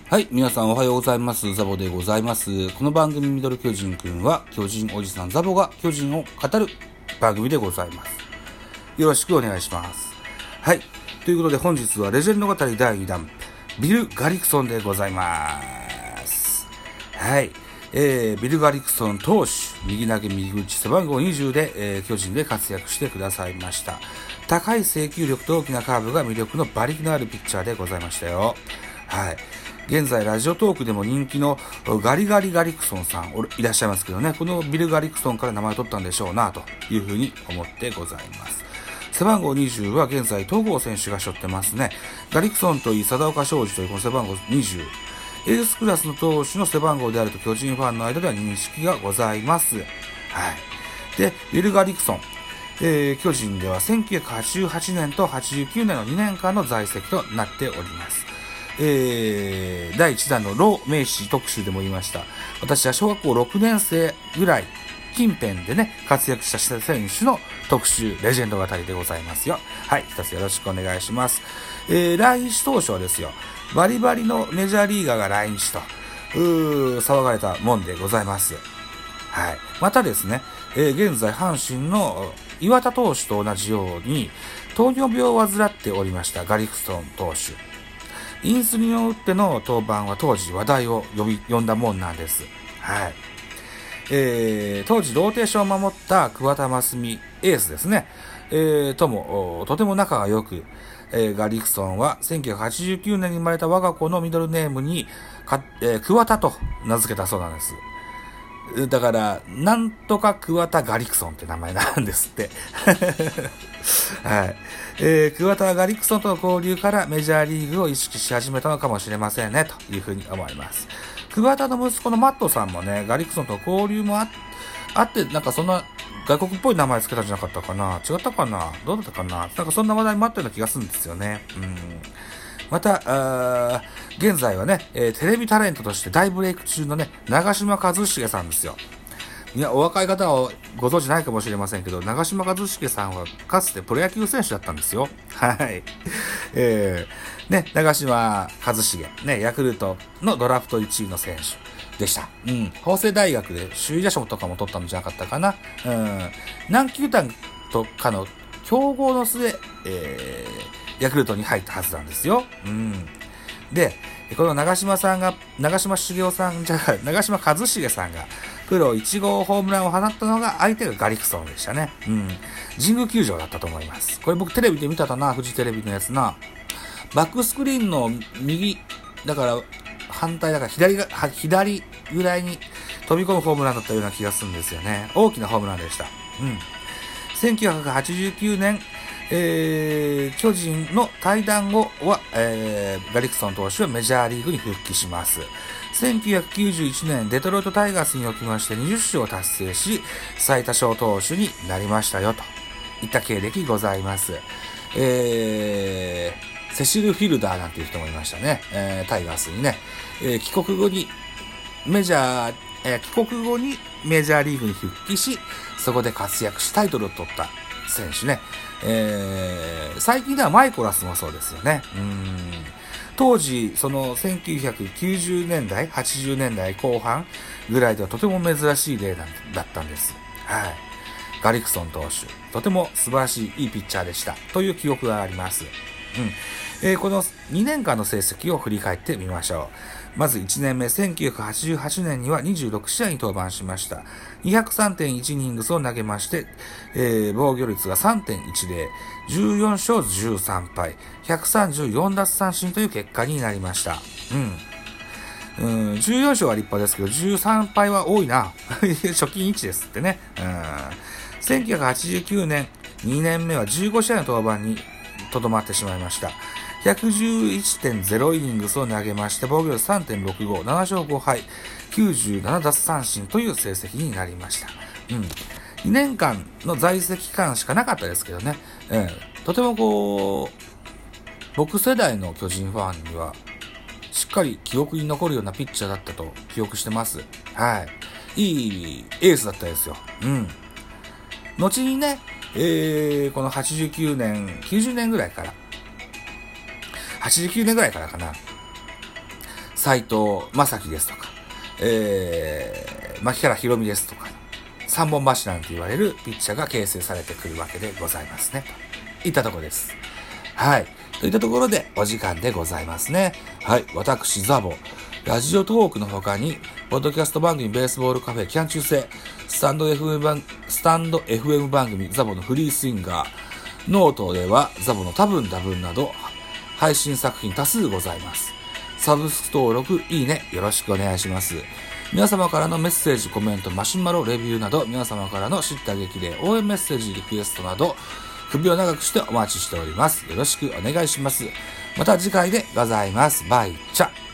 はい、皆さんおはようございます。ザボでございます。この番組ミドル巨人くんは巨人おじさんザボが巨人を語る番組でございます。よろしくお願いします。はい、ということで本日はレジェンド語り第2弾ビル・ガリクソンでございます。はい、ビル・ガリクソン投手、右投げ右打ち背番号20で、巨人で活躍してくださいました。高い制球力と大きなカーブが魅力の馬力のあるピッチャーでございましたよ。はい。現在ラジオトークでも人気のガリガリガリクソンさんいらっしゃいますけどね、このビル・ガリクソンから名前を取ったんでしょうなというふうに思ってございます。背番号20は現在戸郷選手が背負ってますね。ガリクソンといい貞岡昌司というこの背番号20、エースクラスの投手の背番号であると巨人ファンの間では認識がございます。はい。でビル・ガリクソン、巨人では1988年と89年の2年間の在籍となっております。第1弾の老名士特集でも言いました。私は小学校6年生ぐらい近辺でね活躍した選手の特集レジェンド語りでございますよ。はい、一つよろしくお願いします。来日当初はですよ、バリバリのメジャーリーガーが来日と騒がれたもんでございます。はい。またですね、現在阪神の岩田投手と同じように糖尿病を患っておりましたガリクソン投手。インスリンを打っての登板は当時話題を呼んだもんなんです。はい。当時ローテーションを守った桑田真澄エースですね。とても仲が良く、ガリクソンは1989年に生まれた我が子のミドルネームに桑田と名付けたそうなんです。だからなんとか桑田ガリクソンって名前なんですって。はい。桑田ガリクソンとの交流からメジャーリーグを意識し始めたのかもしれませんねというふうに思います。桑田の息子のマットさんもね、ガリクソンとの交流もあって、なんかそんな外国っぽい名前つけたんじゃなかったかな、違ったかな、どうだったかな、なんかそんな話題もあったような気がするんですよね。また現在はね、テレビタレントとして大ブレイク中のね長嶋一茂さんですよ。いや、お若い方はご存知ないかもしれませんけど、長嶋一茂さんはかつてプロ野球選手だったんですよ。はい。ね、長嶋一茂、ね、ヤクルトのドラフト1位の選手でした。法政大学で首位打者とかも取ったんじゃなかったかな。何球団とかの競合の末、ヤクルトに入ったはずなんですよ。で、この長嶋一茂さんがプロ1号ホームランを放ったのが相手がガリクソンでしたね。神宮球場だったと思います。これ僕テレビで見たかな、フジテレビのやつな。バックスクリーンの右、だから反対だから左ぐらいに飛び込むホームランだったような気がするんですよね。大きなホームランでした。1989年、巨人の退団後は、ガリクソン投手はメジャーリーグに復帰します。1991年デトロイトタイガースにおきまして20勝を達成し最多勝投手になりましたよといった経歴ございます。セシル・フィルダーなんていう人もいましたね。タイガースにね、帰国後にメジャーリーグに復帰し、そこで活躍しタイトルを取った選手ね。最近ではマイコラスもそうですよね。当時その1990年代80年代後半ぐらいではとても珍しい例だったんです。はい。ガリクソン投手、とても素晴らしいいいピッチャーでしたという記憶があります。この2年間の成績を振り返ってみましょう。まず1年目、1988年には26試合に登板しました。203.1 イニングスを投げまして、防御率が 3.10、14勝13敗、134奪三振という結果になりました。14勝は立派ですけど、13敗は多いな。初金1ですってね。1989年、2年目は15試合の登板にとどまってしまいました。111.0 イニングスを投げまして、防御率 3.65、7勝5敗、97奪三振という成績になりました。2年間の在籍期間しかなかったですけどね。とても僕世代の巨人ファンには、しっかり記憶に残るようなピッチャーだったと記憶してます。はい。いいエースだったですよ。後にね、この89年、90年ぐらいから、89年ぐらいからかな。 斉藤正樹ですとか、牧原ひろみですとか、三本柱なんて言われるピッチャーが形成されてくるわけでございますね。といったところです。はい。といったところでお時間でございますね。はい。私、ザボ。ラジオトークの他に、ポッドキャスト番組ベースボールカフェキャン中世、スタンド FM 番組ザボのフリースインガー、ノートではザボの多分多分など、配信作品多数ございます。サブスク登録、いいね、よろしくお願いします。皆様からのメッセージ、コメント、マシュマロ、レビューなど、皆様からの知った激励、応援メッセージ、リクエストなど、首を長くしてお待ちしております。よろしくお願いします。また次回でございます。バイチャ。